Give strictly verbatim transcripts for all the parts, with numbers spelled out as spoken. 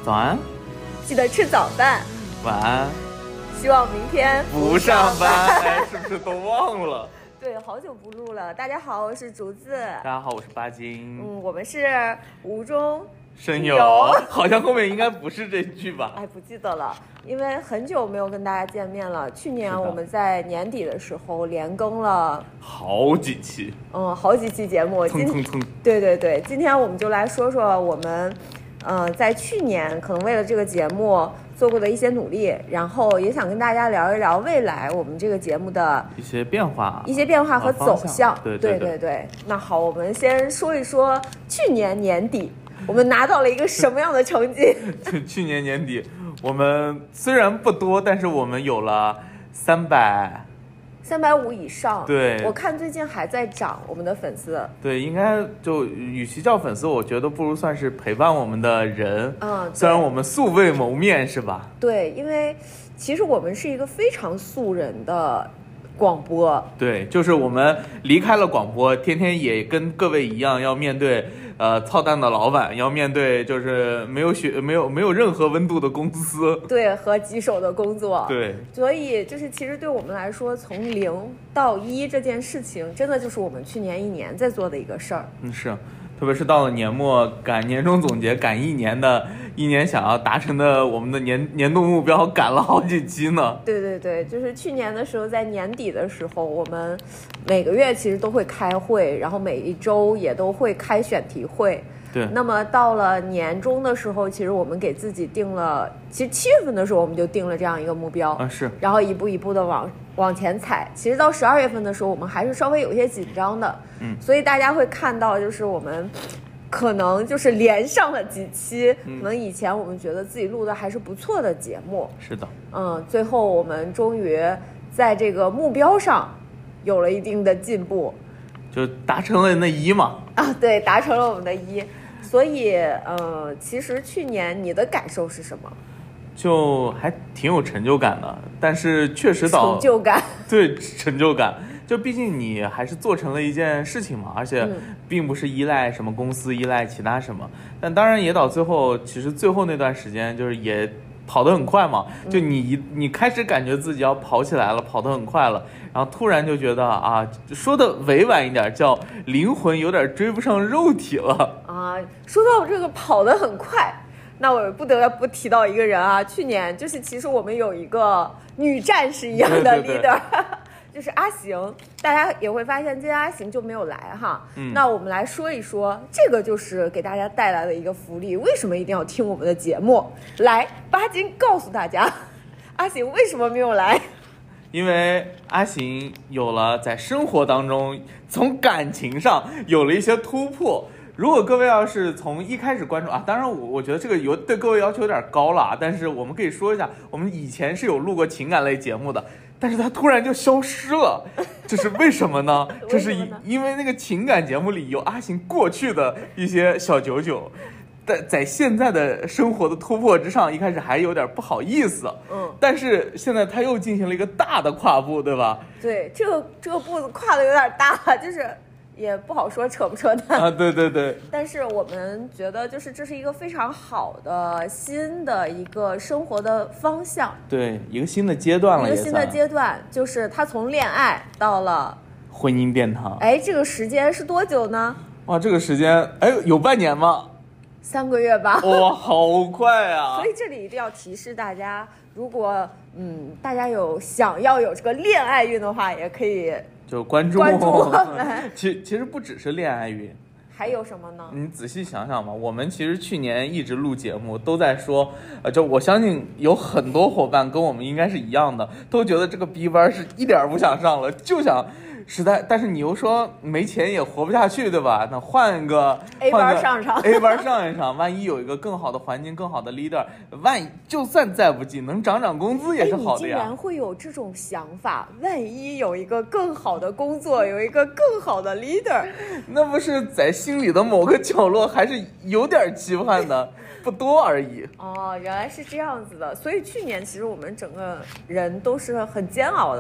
早安， 记得吃早饭， 晚安， 希望明天不上班。哎，是不是都忘了？ 对，好久不录了。大家好，我是竹子。 大家好，我是巴金。 嗯，我们是无中生有，好像后面应该不是这句吧？ 哎，不记得了，因为很久没有跟大家见面了。去年我们在年底的时候连更了好几期， 嗯，好几期节目。 蹭蹭蹭。 对对对，今天我们就来说说我们，呃，在去年可能为了这个节目做过的一些努力，然后也想跟大家聊一聊未来我们这个节目的一些变化、 一些变化和走向。 对对对, 对, 对, 对。那好，我们先说一说去年年底我们拿到了一个什么样的成绩？ 去年年底，我们虽然不多，但是我们有了三百。 三百五以上， 对， 我看最近还在涨我们的粉丝。 对，应该就与其叫粉丝，我觉得不如算是陪伴我们的人。 嗯， 虽然我们素未谋面，是吧？ 对，因为其实我们是一个非常素人的广播。 对，就是我们离开了广播，天天也跟各位一样要面对呃操蛋的老板，要面对就是没有学没有没有任何温度的公司， 对，和棘手的工作。 对， 所以就是其实对我们来说，从零到一这件事情，真的就是我们去年一年在做的一个事儿。 嗯，是，特别是到了年末赶年终总结，赶一年的一年想要达成的我们的年年度目标，赶了好几期呢。 对对对，就是去年的时候，在年底的时候，我们每个月其实都会开会，然后每一周也都会开选题会。 对， 那么到了年终的时候，其实我们给自己定了，其实七月份的时候我们就定了这样一个目标啊，是， 然后一步一步的往往前踩。其实到十二月份的时候，我们还是稍微有一些紧张的， 嗯， 所以大家会看到，就是我们可能就是连上了几期， 嗯、 可能以前我们觉得自己录的还是不错的节目， 是的， 嗯，最后我们终于在这个目标上有了一定的进步， 就达成了那一嘛， 啊，对，达成了我们的一。所以，呃，其实去年你的感受是什么？ 就还挺有成就感的，但是确实到成就感， 对，成就感。就毕竟你还是做成了一件事情嘛，而且并不是依赖什么公司，依赖其他什么。但当然也到最后，其实最后那段时间就是也跑得很快嘛，就你一你开始感觉自己要跑起来了，跑得很快了，然后突然就觉得啊，说的委婉一点，叫灵魂有点追不上肉体了啊。说到这个跑得很快，那我不得不提到一个人啊，去年就是其实我们有一个女战士一样的 leader。对对对就是阿行，大家也会发现今天阿行就没有来哈、嗯。那我们来说一说，这个就是给大家带来的一个福利。为什么一定要听我们的节目？来，巴金告诉大家，阿行为什么没有来？ 因为阿行有了在生活当中从感情上有了一些突破。如果各位要是从一开始关注啊，当然我我觉得这个有对各位要求有点高了，但是我们可以说一下，我们以前是有录过情感类节目的。但是他突然就消失了，这是为什么呢？这是因为那个情感节目里有阿行过去的一些小九九，在在现在的生活的突破之上，一开始还有点不好意思， 嗯， 但是现在他又进行了一个大的跨步，对吧？ 对，这个这个步子跨的有点大，就是也不好说扯不扯淡啊，对对对。 但是我们觉得，就是这是一个非常好的新的一个生活的方向， 对，一个新的阶段了， 一个新的阶段，就是他从恋爱到了婚姻殿堂。 哎，这个时间是多久呢？ 哇，这个时间，哎，有半年吗？ 三个月吧。 哇，好快啊！ 所以这里一定要提示大家，如果嗯大家有想要有这个恋爱运的话，也可以。 就关注关注我们。 其其实不只是恋爱运， 还有什么呢？ 你仔细想想吧，我们其实去年一直录节目都在说，呃，就我相信有很多伙伴跟我们应该是一样的，都觉得这个 B 班是一点不想上了，就想实在，但是你又说没钱也活不下去，对吧？那换个 A 班上上 A 班上一上，万一有一个更好的环境、更好的 leader， 万一就算再不济，能涨涨工资也是好的呀。 你竟然会有这种想法，万一有一个更好的工作，有一个更好的 leader， 那不是在心里的某个角落还是有点期盼的，不多而已。 哦，原来是这样子的。所以去年其实我们整个人都是很煎熬的。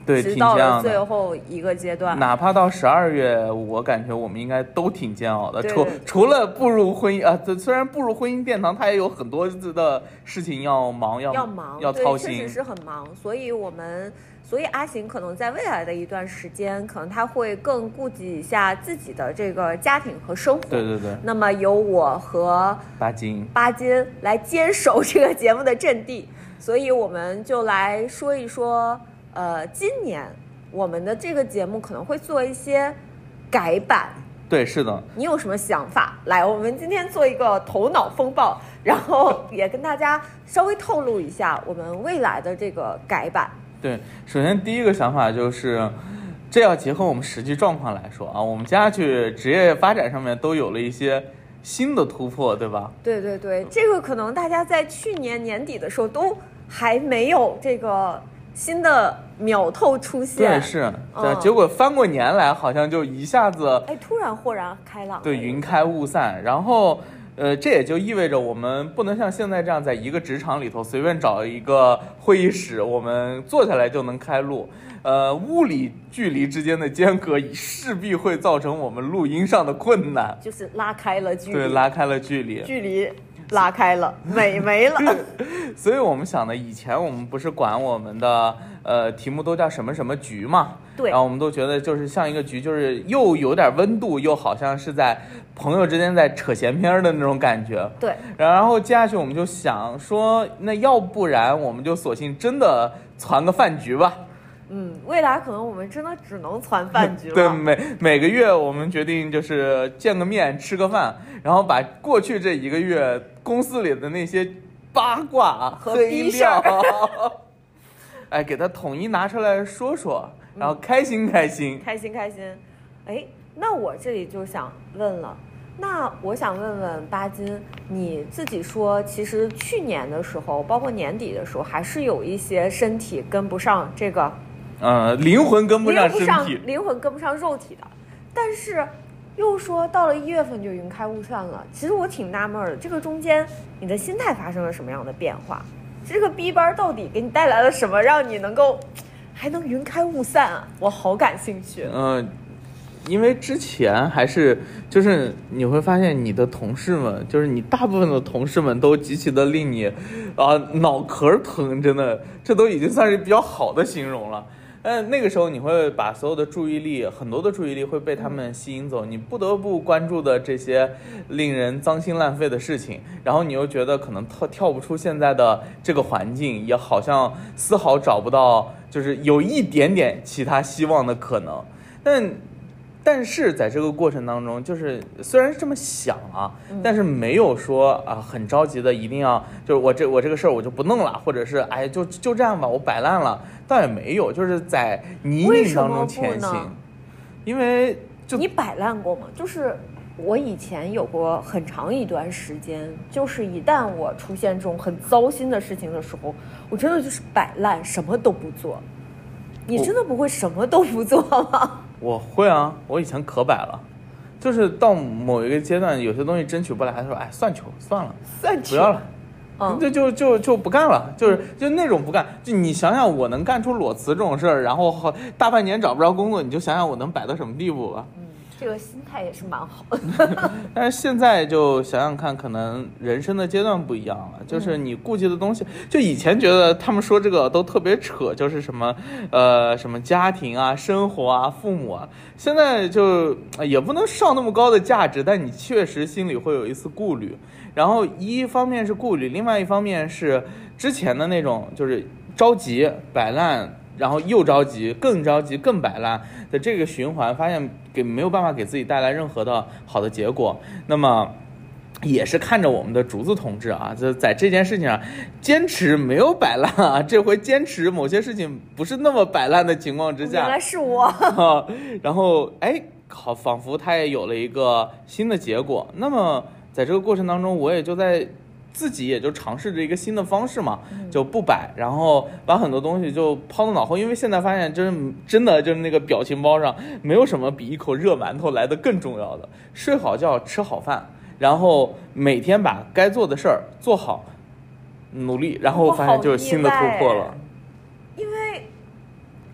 对， 直到了挺煎熬的最后一个阶段。 哪怕到十二月，我感觉我们应该都挺煎熬的。除对对对除了步入婚姻啊，虽然步入婚姻殿堂，他也有很多的事情要忙，要要忙， 要操心， 对，确实是很忙。所以我们，所以阿行可能在未来的一段时间，可能他会更顾及一下自己的这个家庭和生活。 对对对。 那么由我和巴金巴金来坚守这个节目的阵地，所以我们就来说一说，呃，今年我们的这个节目可能会做一些改版。 对，是的。 你有什么想法？来，我们今天做一个头脑风暴，然后也跟大家稍微透露一下我们未来的这个改版。 对，首先第一个想法就是，这要结合我们实际状况来说啊，我们家去职业发展上面都有了一些新的突破，对吧？ 对对对，这个可能大家在去年年底的时候都还没有这个新的苗头出现。 对，是，嗯、结果翻过年来，好像就一下子， 哎，突然豁然开朗。 对，云开雾散，然后。呃，这也就意味着我们不能像现在这样，在一个职场里头随便找一个会议室，我们坐下来就能开录。呃，物理距离之间的间隔势必会造成我们录音上的困难， 就是拉开了距离。 对，拉开了距离， 距离拉开了，美没了。 所以我们想呢，以前我们不是管我们的呃题目都叫什么什么局嘛？ 对。 然后我们都觉得就是像一个局，就是又有点温度，又好像是在朋友之间在扯闲篇的那种感觉。 对。 然后接下去我们就想说，那要不然我们就索性真的攒个饭局吧。 嗯，未来可能我们真的只能攒饭局了。 对，每每个月我们决定就是见个面吃个饭，然后把过去这一个月公司里的那些八卦和逼事儿， 哎，给他统一拿出来说说，然后开心开心， 嗯、开心开心。哎，那我这里就想问了，那我想问问巴金，你自己说，其实去年的时候，包括年底的时候，还是有一些身体跟不上这个。 呃，灵魂跟不上身体， 灵魂跟不上肉体的，但是又说到了一月份就云开雾散了。其实我挺纳闷的，这个中间你的心态发生了什么样的变化？这个 B 班到底给你带来了什么，让你能够还能云开雾散啊？我好感兴趣。 嗯、呃，因为之前还是就是你会发现你的同事们，就是你大部分的同事们都极其的令你啊、呃、脑壳疼，真的，这都已经算是比较好的形容了。但那个时候你会把所有的注意力，很多的注意力会被他们吸引走，你不得不关注的这些令人脏心烂肺的事情，然后你又觉得可能跳跳不出现在的这个环境，也好像丝毫找不到就是有一点点其他希望的可能。但但是在这个过程当中，就是虽然是这么想啊，但是没有说啊很着急的一定要就是我这我这个事儿我就不弄了，或者是哎就就这样吧，我摆烂了，倒也没有，就是在泥泞当中前行。因为就你摆烂过吗？就是我以前有过很长一段时间，就是一旦我出现这种很糟心的事情的时候，我真的就是摆烂，什么都不做。你真的不会什么都不做吗？ 我会啊，我以前可摆了，就是到某一个阶段，有些东西争取不来，他说：“哎，算球，算了， 算球， 不要了， 嗯， 就就就就不干了。”就是就那种不干，就你想想，我能干出裸辞这种事儿，然后大半年找不着工作，你就想想我能摆到什么地步吧。 嗯，这个心态也是蛮好的。 但是现在就想想看，可能人生的阶段不一样了，就是你顾及的东西，就以前觉得他们说这个都特别扯，就是什么呃什么家庭啊、生活啊、父母啊，现在就也不能上那么高的价值，但你确实心里会有一丝顾虑。然后一方面是顾虑，另外一方面是之前的那种就是着急摆烂，然后又着急更着急更摆烂的这个循环，发现给没有办法给自己带来任何的好的结果。那么也是看着我们的竹子同志啊，就在这件事情上坚持没有摆烂啊，这回坚持某些事情不是那么摆烂的情况之下， 原来是我、 啊、然后哎好，仿佛他也有了一个新的结果。那么在这个过程当中，我也就在自己也就尝试着一个新的方式嘛，就不摆，然后把很多东西就抛到脑后。因为现在发现真真的就是那个表情包上没有什么比一口热馒头来的更重要的。睡好觉，吃好饭，然后每天把该做的事儿做好，努力，然后发现就有新的突破了。 因为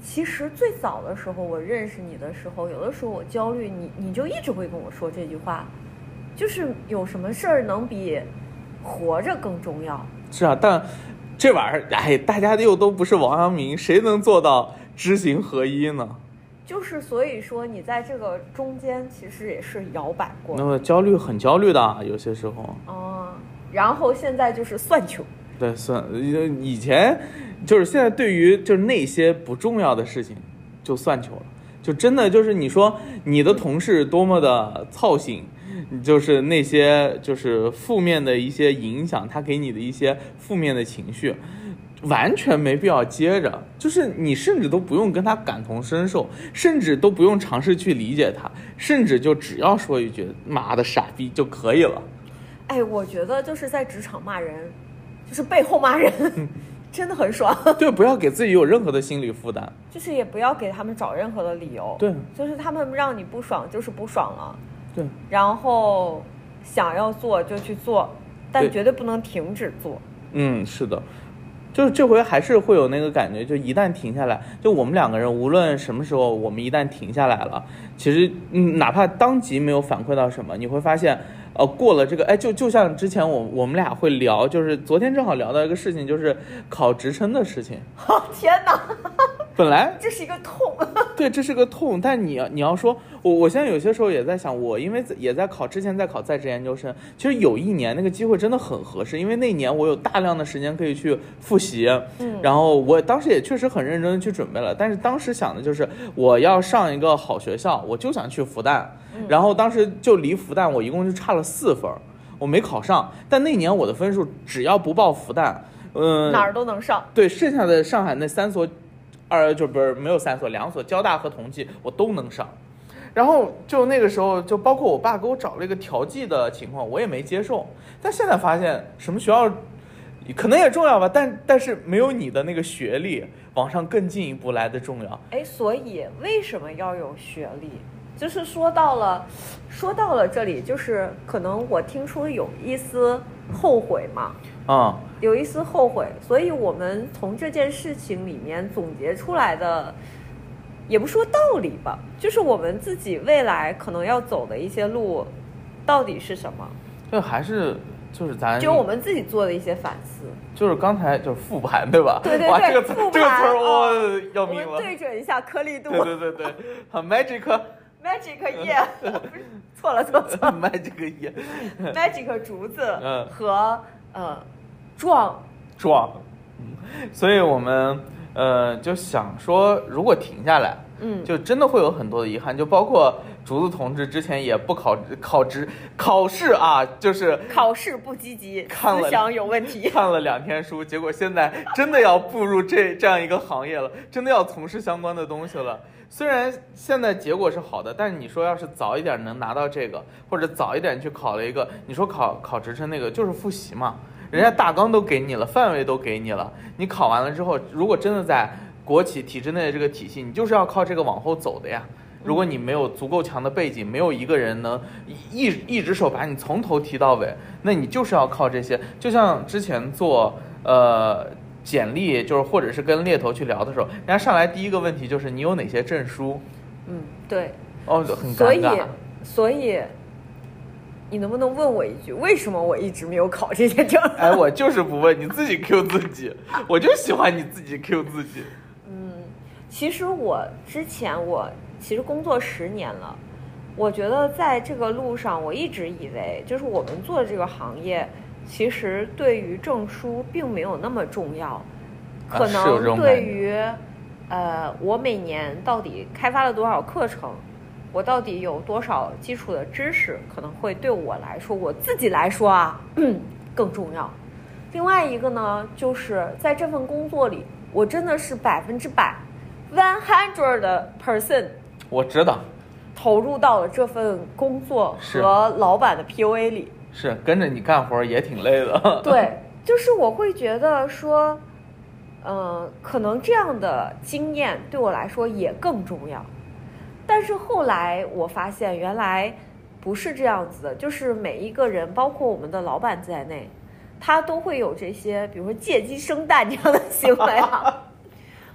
其实最早的时候，我认识你的时候，有的时候我焦虑，你你就一直会跟我说这句话，就是有什么事儿能比活着更重要？ 是啊，但这玩意儿，哎，大家又都不是王阳明，谁能做到知行合一呢？ 就是所以说，你在这个中间其实也是摇摆过。 那么焦虑很焦虑的，有些时候。 哦，然后现在就是算球。 对，算以前就是现在对于就是那些不重要的事情就算球了，就真的就是你说你的同事多么的操心，就是那些就是负面的一些影响，他给你的一些负面的情绪。完全没必要接着，就是你甚至都不用跟他感同身受，甚至都不用尝试去理解他，甚至就只要说一句妈的傻逼就可以了。 哎，我觉得就是在职场骂人，就是背后骂人，真的很爽。 对，不要给自己有任何的心理负担， 就是也不要给他们找任何的理由。 对， 就是他们让你不爽就是不爽了。 对， 然后想要做就去做，但绝对不能停止做。 嗯，是的。就是这回还是会有那个感觉，就一旦停下来，就我们两个人无论什么时候，我们一旦停下来了，其实嗯，哪怕当即没有反馈到什么，你会发现，呃，过了这个，哎，就就像之前我我们俩会聊，就是昨天正好聊到一个事情，就是考职称的事情。 哦，天哪！ 本来这是一个痛。 对，这是个痛，但你你要说，我我现在有些时候也在想，我因为也在考，之前在考在职研究生，其实有一年那个机会真的很合适，因为那年我有大量的时间可以去复习， 嗯， 然后我当时也确实很认真的去准备了，但是当时想的就是我要上一个好学校，我就想去复旦， 嗯， 然后当时就离复旦我一共就差了四分，我没考上，但那年我的分数只要不报复旦，嗯、呃， 哪儿都能上， 对，剩下的上海那三所。二就不是没有三所，两所交大和同济我都能上，然后就那个时候就包括我爸给我找了一个调剂的情况，我也没接受。但现在发现什么学校可能也重要吧，但但是没有你的那个学历往上更进一步来的重要。 哎，所以为什么要有学历？就是说到了，说到了这里，就是可能我听出有一丝后悔嘛。 啊、嗯， 有一丝后悔，所以我们从这件事情里面总结出来的，也不说道理吧，就是我们自己未来可能要走的一些路，到底是什么？ 就还是就是咱就我们自己做的一些反思。 就是刚才就是复盘对吧？ 对对对， 哇，这个词这个词儿我、 哦、 要命了。 我们对准一下颗粒度。 对对对对，好 magic magic 叶，不是错了错错 magic 叶 magic 竹子嗯和呃。壮壮，嗯，所以我们呃就想说，如果停下来， 嗯， 就真的会有很多的遗憾，就包括竹子同志之前也不考考职考试啊，就是考试不积极，思想有问题， 看了两天书，结果现在真的要步入这这样一个行业了，真的要从事相关的东西了。虽然现在结果是好的，但是你说要是早一点能拿到这个，或者早一点去考了一个，你说考考职称那个就是复习嘛。人家大纲都给你了，范围都给你了，你考完了之后，如果真的在国企体制内的这个体系，你就是要靠这个往后走的呀。如果你没有足够强的背景，没有一个人能一一只手把你从头提到尾，那你就是要靠这些。就像之前做呃简历，就是或者是跟猎头去聊的时候，人家上来第一个问题就是你有哪些证书？ 嗯，对。 哦，很尴尬。 所以，所以。你能不能问我一句，为什么我一直没有考这些证？ 哎，我就是不问，你自己 Q 自己，我就喜欢你自己 Q 自己。 嗯，其实我之前我其实工作十年了，我觉得在这个路上，我一直以为就是我们做的这个行业，其实对于证书并没有那么重要，可能对于、啊、呃我每年到底开发了多少课程。我到底有多少基础的知识，可能会对我来说，我自己来说啊，更重要。另外一个呢，就是在这份工作里，我真的是百分之百 one hundred 的 percent， 我知道， 投入到了这份工作和老板的 P U A 里， 是跟着你干活也挺累的。 对，就是我会觉得说，嗯、呃，可能这样的经验对我来说也更重要。但是后来我发现，原来不是这样子的，就是每一个人，包括我们的老板在内，他都会有这些，比如说借鸡生蛋这样的行为啊。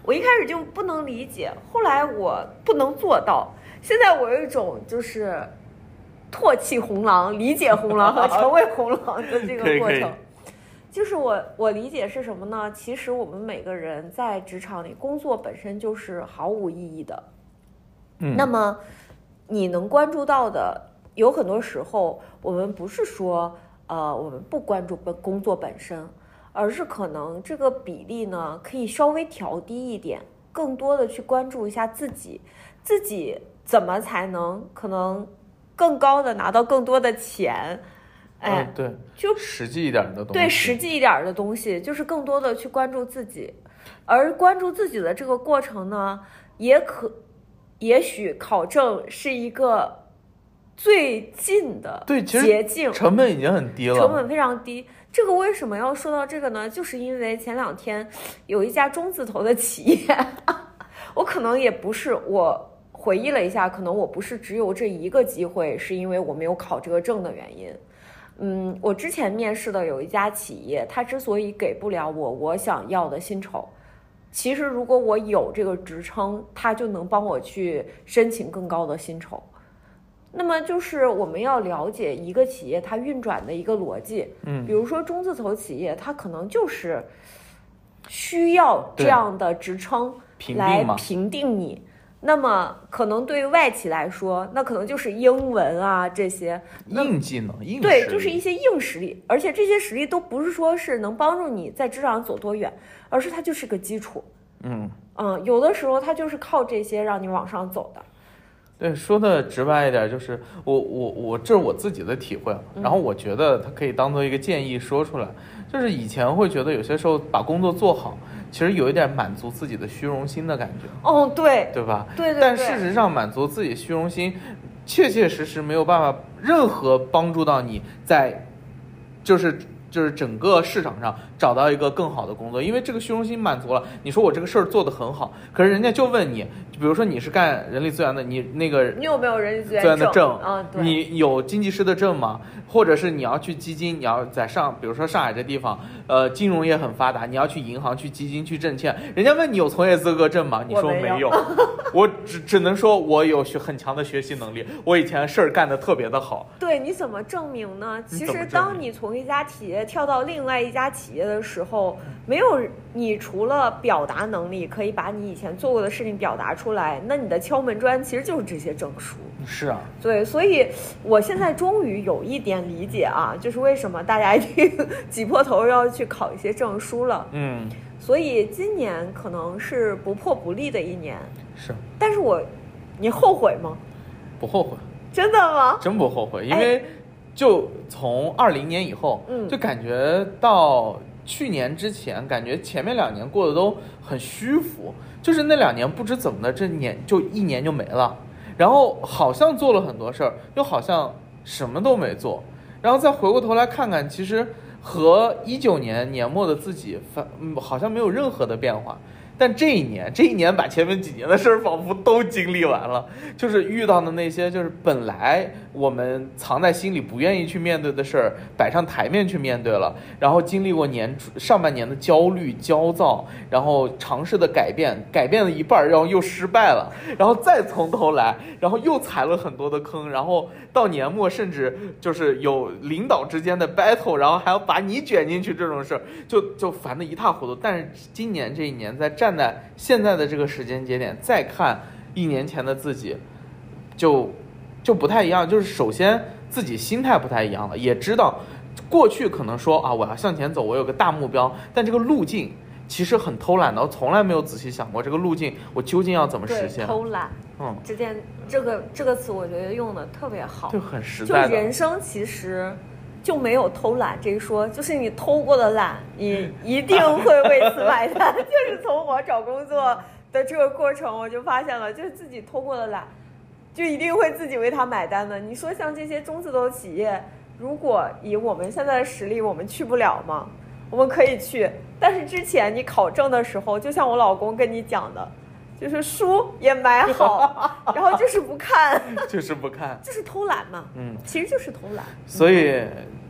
我一开始就不能理解，后来我不能做到，现在我有一种就是唾弃红狼、理解红狼和成为红狼的这个过程。就是我我理解是什么呢？其实我们每个人在职场里工作本身就是毫无意义的。嗯，那么你能关注到的，有很多时候我们不是说呃我们不关注本工作本身，而是可能这个比例呢可以稍微调低一点，更多的去关注一下自己，自己怎么才能可能更高的拿到更多的钱。哎、 嗯，对， 就实际一点的东西， 对，实际一点的东西，就是更多的去关注自己，而关注自己的这个过程呢，也可，也许考证是一个最近的捷径， 成本已经很低了， 成本非常低。这个为什么要说到这个呢？就是因为前两天有一家中字头的企业，我可能也不是我回忆了一下，可能我不是只有这一个机会，是因为我没有考这个证的原因。嗯，我之前面试的有一家企业，它之所以给不了我我想要的薪酬，其实如果我有这个职称，它就能帮我去申请更高的薪酬。那么就是我们要了解一个企业它运转的一个逻辑，嗯，比如说中字头企业，它可能就是需要这样的职称来评定你。那么可能对于外企来说，那可能就是英文啊这些硬技能，硬实力， 对，就是一些硬实力，而且这些实力都不是说是能帮助你在职场上走多远，而是它就是个基础。嗯嗯，有的时候它就是靠这些让你往上走的。 对，说的直白一点，就是我我我这是我自己的体会，然后我觉得它可以当做一个建议说出来，就是以前会觉得有些时候把工作做好，其实有一点满足自己的虚荣心的感觉。 哦，对， 对吧？ 对对对。 但事实上，满足自己虚荣心，切切实实没有办法任何帮助到你在，就是就是整个市场上找到一个更好的工作，因为这个虚荣心满足了，你说我这个事儿做得很好，可是人家就问你，比如说你是干人力资源的，你那个你有没有人力资源的证？ 啊，对， 你有经济师的证吗？或者是你要去基金，你要在上，比如说上海这地方，呃，金融业很发达，你要去银行、去基金、去证券，人家问你有从业资格证吗？你说没有，我只只能说我有学很强的学习能力，我以前事儿干得特别的好。 对，你怎么证明呢？其实当你从一家企业跳到另外一家企业的时候，没有你除了表达能力可以把你以前做过的事情表达出来，那你的敲门砖其实就是这些证书。 是啊， 对，所以我现在终于有一点理解啊，就是为什么大家一定挤破头要去考一些证书了。嗯，所以今年可能是不破不立的一年。 是， 但是我，你后悔吗？ 不后悔。 真的吗？ 真不后悔，因为就从二零年以后，嗯，就感觉到去年之前，感觉前面两年过得都很虚浮，就是那两年不知怎么的，这年就一年就没了。然后好像做了很多事儿，又好像什么都没做，然后再回过头来看看，其实和一九年年末的自己反，嗯，好像没有任何的变化。但这一年，这一年把前面几年的事儿仿佛都经历完了，就是遇到的那些，就是本来我们藏在心里不愿意去面对的事儿，摆上台面去面对了，然后经历过年上半年的焦虑、焦躁，然后尝试的改变，改变了一半，然后又失败了，然后再从头来，然后又踩了很多的坑，然后到年末甚至就是有领导之间的 battle， 然后还要把你卷进去，这种事儿就就烦得一塌糊涂。但是今年这一年在站在现在的这个时间节点再看一年前的自己，就就不太一样，就是首先自己心态不太一样了，也知道过去可能说啊我要向前走，我有个大目标，但这个路径其实很偷懒的，我从来没有仔细想过这个路径我究竟要怎么实现。 偷懒，嗯，这件这个这个词我觉得用的特别好， 就很实在的。 就人生其实就没有偷懒这一说，就是你偷过的懒，你一定会为此买单。就是从我找工作的这个过程，我就发现了，就是自己偷过的懒，就一定会自己为他买单的。你说像这些中字头企业，如果以我们现在的实力，我们去不了吗？我们可以去，但是之前你考证的时候，就像我老公跟你讲的，就是书也买好，然后就是不看， 就是不看， 就是偷懒嘛。嗯，其实就是偷懒。 所以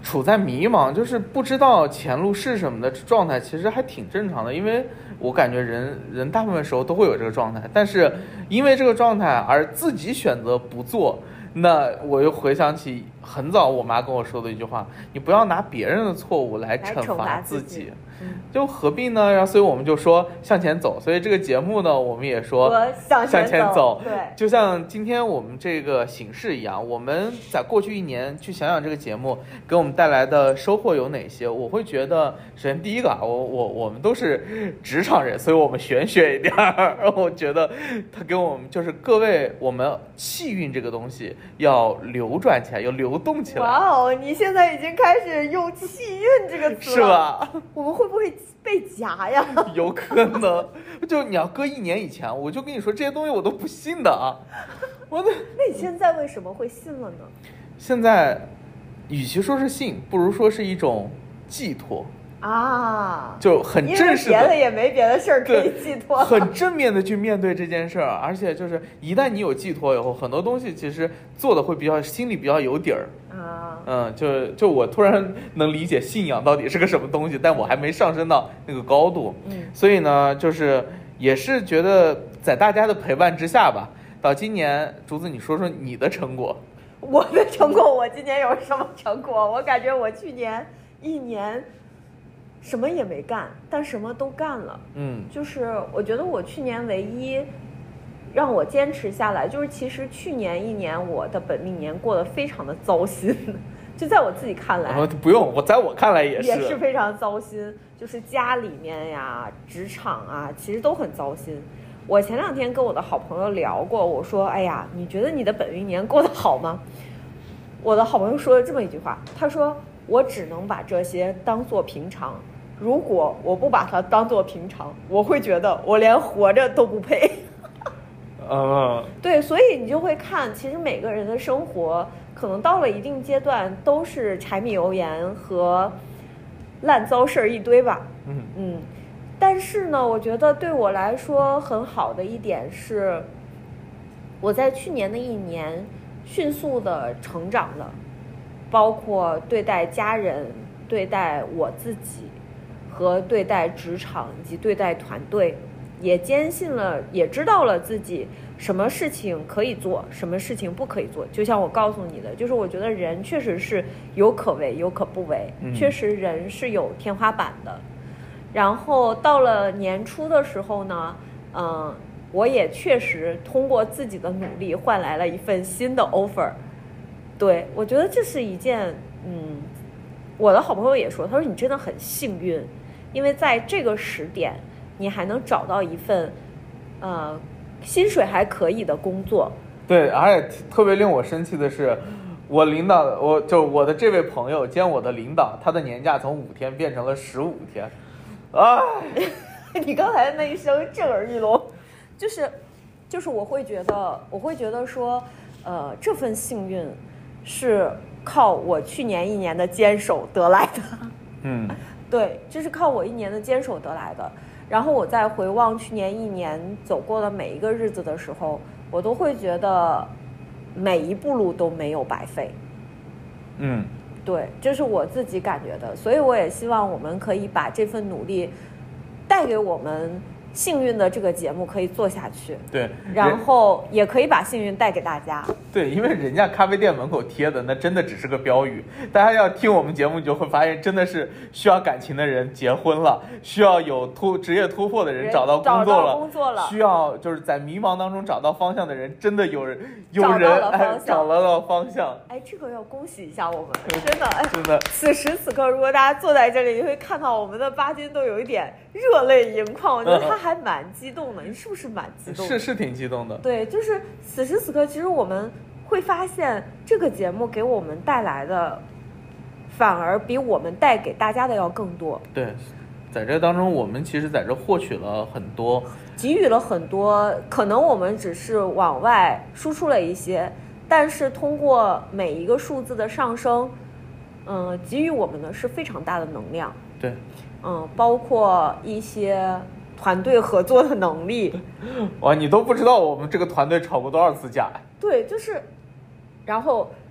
处在迷茫，就是不知道前路是什么的状态，其实还挺正常的。因为我感觉人人大部分时候都会有这个状态，但是因为这个状态而自己选择不做，那我又回想起很早我妈跟我说的一句话：你不要拿别人的错误来惩罚自己。就何必呢？然后，所以我们就说向前走。所以这个节目呢，我们也说向前走。 走对， 就像今天我们这个形式一样，我们在过去一年去想想这个节目给我们带来的收获有哪些。我会觉得，首先第一个啊，我我我们都是职场人，所以我们玄学一点儿。然后我觉得他给我们就是各位，我们气运这个东西要流转起来，要流动起来。 哇哦，你现在已经开始用气运这个词了， 是吧？ 我们会不会被夹呀？ 有可能，就你要搁一年以前，我就跟你说这些东西我都不信的啊。我的， 那你现在为什么会信了呢？ 现在，与其说是信，不如说是一种寄托啊， 就很正式的， 因为别的也没别的事儿可以寄托， 很正面的去面对这件事儿。而且就是一旦你有寄托以后，很多东西其实做的会比较心里比较有底儿。 啊， 嗯，就就我突然能理解信仰到底是个什么东西，但我还没上升到那个高度。 嗯， 所以呢，就是也是觉得在大家的陪伴之下吧，到今年，竹子你说说你的成果。 我的成果，我今年有什么成果？我感觉我去年一年什么也没干，但什么都干了。 嗯， 就是我觉得我去年唯一让我坚持下来，就是其实去年一年我的本命年过得非常的糟心，就在我自己看来， 哦、不用，我在我看来也是也是非常糟心，就是家里面呀、职场啊，其实都很糟心。我前两天跟我的好朋友聊过，我说：“哎呀，你觉得你的本命年过得好吗？”我的好朋友说了这么一句话，他说：“我只能把这些当作平常，如果我不把它当作平常，我会觉得我连活着都不配。” 嗯， 对，所以你就会看，其实每个人的生活可能到了一定阶段都是柴米油盐和烂糟事儿一堆吧。 嗯嗯，但是呢，我觉得对我来说很好的一点是，我在去年的一年迅速的成长了，包括对待家人、对待我自己和对待职场以及对待团队。也坚信了，也知道了自己什么事情可以做，什么事情不可以做。就像我告诉你的，就是我觉得人确实是有可为有可不为， 嗯、 确实人是有天花板的。然后到了年初的时候呢，嗯，我也确实通过自己的努力换来了一份新的 offer。对，我觉得这是一件，嗯，我的好朋友也说，他说你真的很幸运，因为在这个时点。你还能找到一份，呃，薪水还可以的工作。 对，而且特别令我生气的是，我领导，我就我的这位朋友兼我的领导，他的年假从五天变成了十五天，啊！ 你刚才那一声震耳欲聋，就是，就是我会觉得，我会觉得说，呃，这份幸运是靠我去年一年的坚守得来的。 嗯， 对，这是靠我一年的坚守得来的。然后我在回望去年一年走过的每一个日子的时候，我都会觉得每一步路都没有白费。 嗯， 对，这是我自己感觉的，所以我也希望我们可以把这份努力带给我们幸运的这个节目可以做下去。 对， 然后也可以把幸运带给大家。 对，因为人家咖啡店门口贴的那真的只是个标语，大家要听我们节目，你就会发现真的是需要感情的人结婚了，需要有突职业突破的人找到工作了， 工作了， 需要就是在迷茫当中找到方向的人，真的有人有人找到了方向， 哎、找到了方向。 哎，这个要恭喜一下我们，真的，哎， 真的。 此时此刻，如果大家坐在这里，你会看到我们的巴金都有一点热泪盈眶，我觉得他还蛮激动的，你是不是蛮激动的？ 是是挺激动的。 对，就是此时此刻，其实我们会发现这个节目给我们带来的，反而比我们带给大家的要更多。 对，在这当中，我们其实在这获取了很多， 给予了很多，可能我们只是往外输出了一些，但是通过每一个数字的上升，嗯、呃，给予我们的是非常大的能量。 对， 嗯，包括一些团队合作的能力。 哇，你都不知道我们这个团队吵过多少次架。 对，就是，然后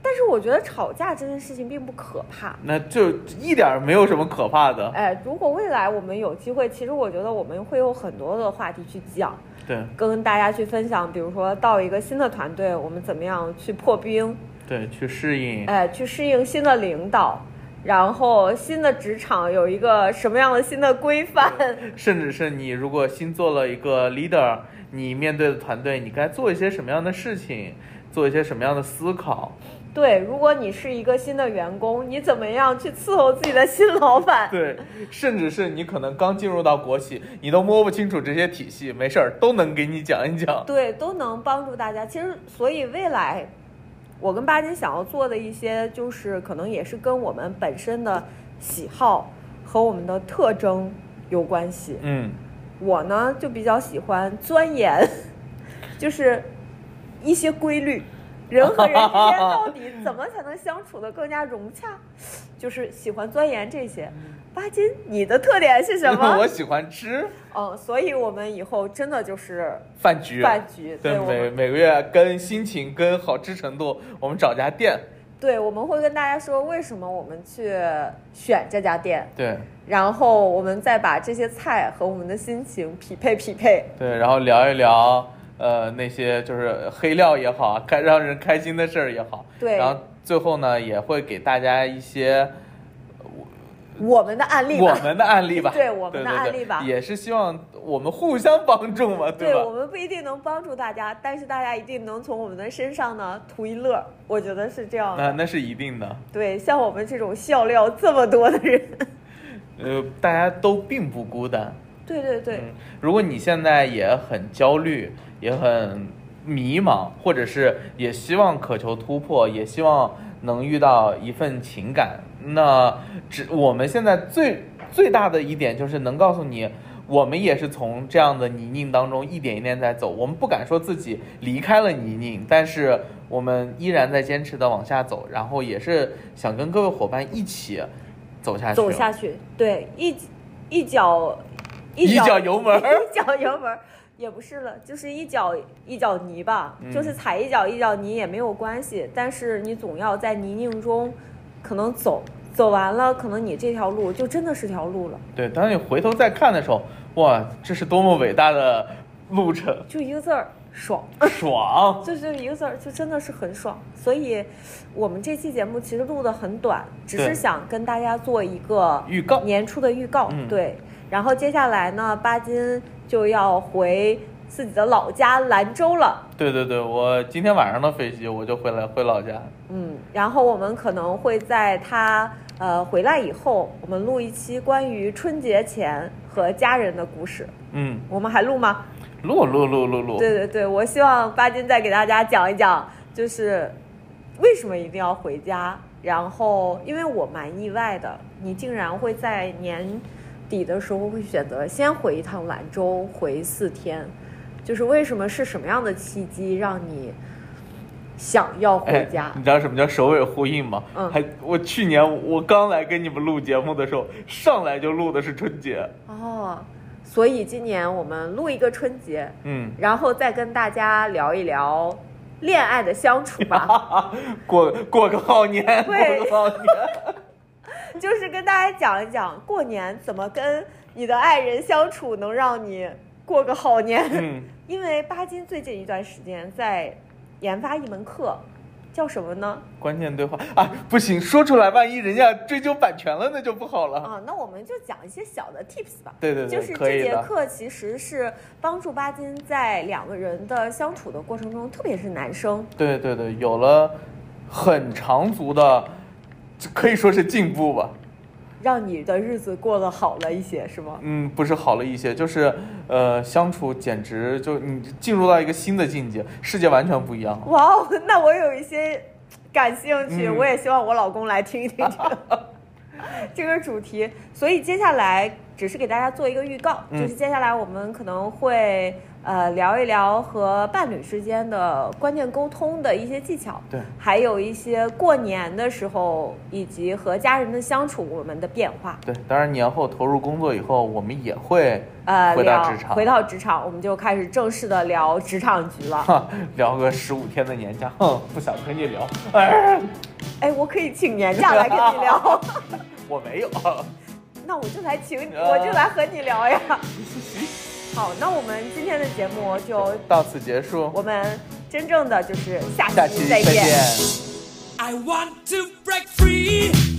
但是我觉得吵架这件事情并不可怕， 那就一点没有什么可怕的。 哎，如果未来我们有机会，其实我觉得我们会有很多的话题去讲， 对， 跟大家去分享，比如说到一个新的团队，我们怎么样去破冰， 对，去适应， 哎，去适应新的领导。然后新的职场有一个什么样的新的规范， 甚至是你如果新做了一个 leader， 你面对的团队你该做一些什么样的事情，做一些什么样的思考。 对，如果你是一个新的员工，你怎么样去伺候自己的新老板？ 对，甚至是你可能刚进入到国企，你都摸不清楚这些体系，没事儿都能给你讲一讲。 对，都能帮助大家。其实，所以未来我跟巴金想要做的一些，就是可能也是跟我们本身的喜好和我们的特征有关系。 嗯， 我呢就比较喜欢钻研，就是一些规律，人和人之间到底怎么才能相处得更加融洽，就是喜欢钻研这些。巴金，你的特点是什么？ 我喜欢吃。 嗯，所以我们以后真的就是饭局， 饭局， 对， 对每每个月跟心情跟好吃程度，我们找家店。 对，我们会跟大家说为什么我们去选这家店， 对， 然后我们再把这些菜和我们的心情匹配匹配。 对，然后聊一聊，呃，那些就是黑料也好，开让人开心的事儿也好。 对， 然后最后呢，也会给大家一些。 我们的案例吧， 我们的案例吧， 对我们的案例吧， 对对对，也是希望我们互相帮助嘛，对吧？ 对，我们不一定能帮助大家，但是大家一定能从我们的身上呢图一乐，我觉得是这样的。 那那是一定的。 对，像我们这种笑料这么多的人， 呃，大家都并不孤单。 对对对、 嗯，如果你现在也很焦虑，也很迷茫，或者是也希望渴求突破，也希望能遇到一份情感。那只我们现在最最大的一点就是能告诉你，我们也是从这样的泥泞当中一点一点在走。我们不敢说自己离开了泥泞，但是我们依然在坚持的往下走，然后也是想跟各位伙伴一起走下去。 走下去，对，一一脚一脚油门， 一脚油门。也不是了，就是一脚一脚泥吧、嗯、就是踩一脚一脚泥也没有关系，但是你总要在泥泞中可能走走完了，可能你这条路就真的是条路了。 对，当你回头再看的时候，哇，这是多么伟大的路程， 就一个字儿，爽。 爽， 就是一个字儿，就真的是很爽。所以我们这期节目其实录得很短，只是想跟大家做一个预告， 年初的预告、嗯、对。然后接下来呢，巴金就要回自己的老家兰州了。 对对对，我今天晚上的飞机我就回来回老家。 嗯，然后我们可能会在他呃回来以后，我们录一期关于春节前和家人的故事。 嗯， 我们还录吗？ 录录录录录。 对对对，我希望巴金再给大家讲一讲，就是为什么一定要回家。然后，因为我蛮意外的，你竟然会在年底的时候会选择先回一趟兰州，回四天，就是为什么是什么样的契机让你想要回家？ 哎、你知道什么叫首尾呼应吗？ 嗯， 还我去年我刚来跟你们录节目的时候，上来就录的是春节哦，所以今年我们录一个春节， 嗯， 然后再跟大家聊一聊恋爱的相处吧， 过过个好年，过个好年。 就是跟大家讲一讲过年怎么跟你的爱人相处，能让你过个好年。 嗯， 因为巴金最近一段时间在研发一门课，叫什么呢？ 关键对话啊，不行，说出来万一人家追究版权了，那就不好了啊。那我们就讲一些小的 tips 吧。 对对对， 就是这节课其实是帮助巴金在两个人的相处的过程中，特别是男生， 对对对，有了很长足的。可以说是进步吧， 让你的日子过得好了一些，是吗？ 嗯，不是好了一些，就是呃，相处简直就你进入到一个新的境界，世界完全不一样。 哇哦，那我有一些感兴趣， 嗯、 我也希望我老公来听一听这个这个主题。所以接下来只是给大家做一个预告， 嗯、 就是接下来我们可能会呃，聊一聊和伴侣之间的关键沟通的一些技巧， 对， 还有一些过年的时候以及和家人的相处我们的变化。 对，当然年后投入工作以后，我们也会呃回到职场， 回到职场，我们就开始正式的聊职场局了。 聊个十五天的年假，哼，不想跟你聊。哎， 哎，我可以请年假来跟你聊。 我没有。 那我就来请，我就来和你聊呀。好，那我们今天的节目就到此结束。 我们真正的就是下期再见。 下期再见。 I want to break free.